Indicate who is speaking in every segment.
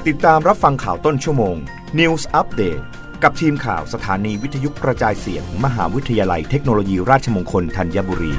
Speaker 1: ติดตามรับฟังข่าวต้นชั่วโมง News Update กับทีมข่าวสถานีวิทยุกระจายเสียง มหาวิทยาลัยเทคโนโลยีราชมงคลธัญบุรี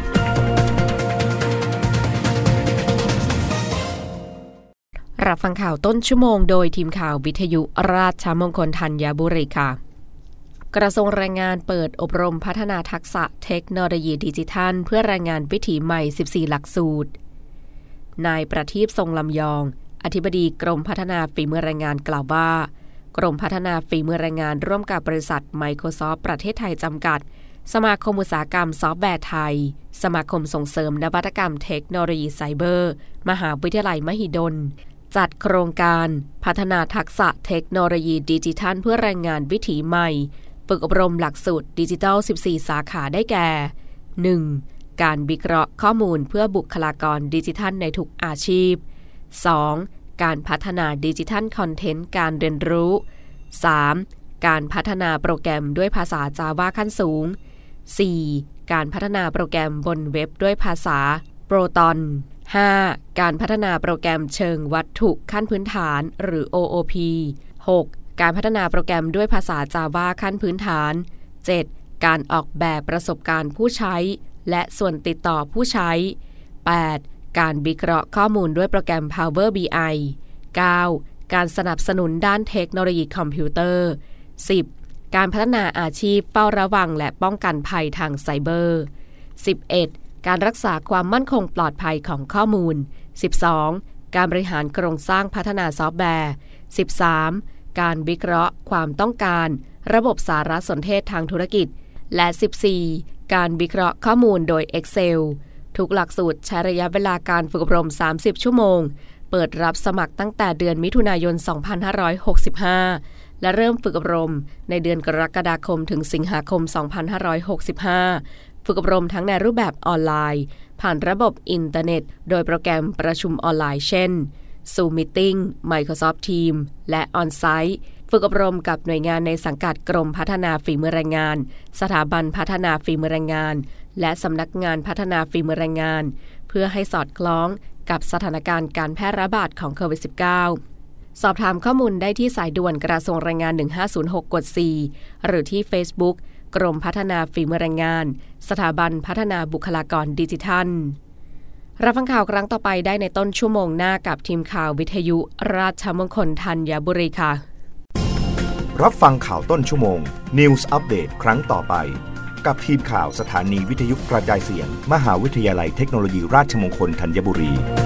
Speaker 2: รับฟังข่าวต้นชั่วโมงโดยทีมข่าววิทยุราชมงคลธัญบุรีค่ะกระทรวงแรงงานเปิดอบรมพัฒนาทักษะเทคโนโลยีดิจิทัลเพื่อแรงงานวิถีใหม่14หลักสูตรนายประทีปทรงลำยองอธิบดีกรมพัฒนาฝีมือแรงงานกล่าวว่ากรมพัฒนาฝีมือแรงงานร่วมกับบริษัท Microsoft ประเทศไทยจำกัดสมาคมอุตสาหกรรมซอฟต์แวร์ไทยสมาคมส่งเสริมนวัตกรรมเทคโนโลยีไซเบอร์มหาวิทยาลัยมหิดลจัดโครงการพัฒนาทักษะเทคโนโลยีดิจิทัลเพื่อแรงงานวิถีใหม่ฝึกอบรมหลักสูตรดิจิทัล14สาขาได้แก่ 1. การวิเคราะห์ข้อมูลเพื่อบุคลากรดิจิทัลในทุกอาชีพ 2. การพัฒนาดิจิทัลคอนเทนต์การเรียนรู้ 3. การพัฒนาโปรแกรมด้วยภาษา Java ขั้นสูง 4. การพัฒนาโปรแกรมบนเว็บด้วยภาษา Proton 5. การพัฒนาโปรแกรมเชิงวัตถุขั้นพื้นฐานหรือ OOP 6. การพัฒนาโปรแกรมด้วยภาษา Java ขั้นพื้นฐาน 7. การออกแบบประสบการณ์ผู้ใช้และส่วนติดต่อผู้ใช้ 8. การวิเคราะห์ข้อมูลด้วยโปรแกรม Power BI 9. การสนับสนุนด้านเทคโนโลยีคอมพิวเตอร์ 10. การพัฒนาอาชีพเฝ้าระวังและป้องกันภัยทางไซเบอร์ 11. การรักษาความมั่นคงปลอดภัยของข้อมูล 12. การบริหารโครงสร้างพัฒนาซอฟต์แวร์ 13. การวิเคราะห์ความต้องการระบบสารสนเทศทางธุรกิจและ 14. การวิเคราะห์ข้อมูลโดย Excel ทุกหลักสูตรใช้ระยะเวลาการฝึกอบรม30ชั่วโมงเปิดรับสมัครตั้งแต่เดือนมิถุนายน2565และเริ่มฝึกอบรมในเดือนกรกฎาคมถึงสิงหาคม2565ฝึกอบรมทั้งในรูปแบบออนไลน์ผ่านระบบอินเทอร์เน็ตโดยโปรแกรมประชุมออนไลน์เช่น Zoom Meeting Microsoft Teams และ On-Site ฝึกอบรมกับหน่วยงานในสังกัดกรมพัฒนาฝีมือแรงงานสถาบันพัฒนาฝีมือแรงงานและสำนักงานพัฒนาฝีมือแรงงานเพื่อให้สอดคล้องกับสถานการณ์การแพร่ระบาดของโควิด -19 สอบถามข้อมูลได้ที่สายด่วนกระทรวงแรงงาน1506กด4หรือที่ Facebook กรมพัฒนาฝีมือแรงงานสถาบันพัฒนาบุคลากรดิจิทัลรับฟังข่าวครั้งต่อไปได้ในต้นชั่วโมงหน้ากับทีมข่าววิทยุราชมงคลธัญบุรีค่ะ
Speaker 1: รับฟังข่าวต้นชั่วโมง News Update ครั้งต่อไปกับทีมข่าวสถานีวิทยุกระจายเสียงมหาวิทยาลัยเทคโนโลยีราชมงคลธัญบุรี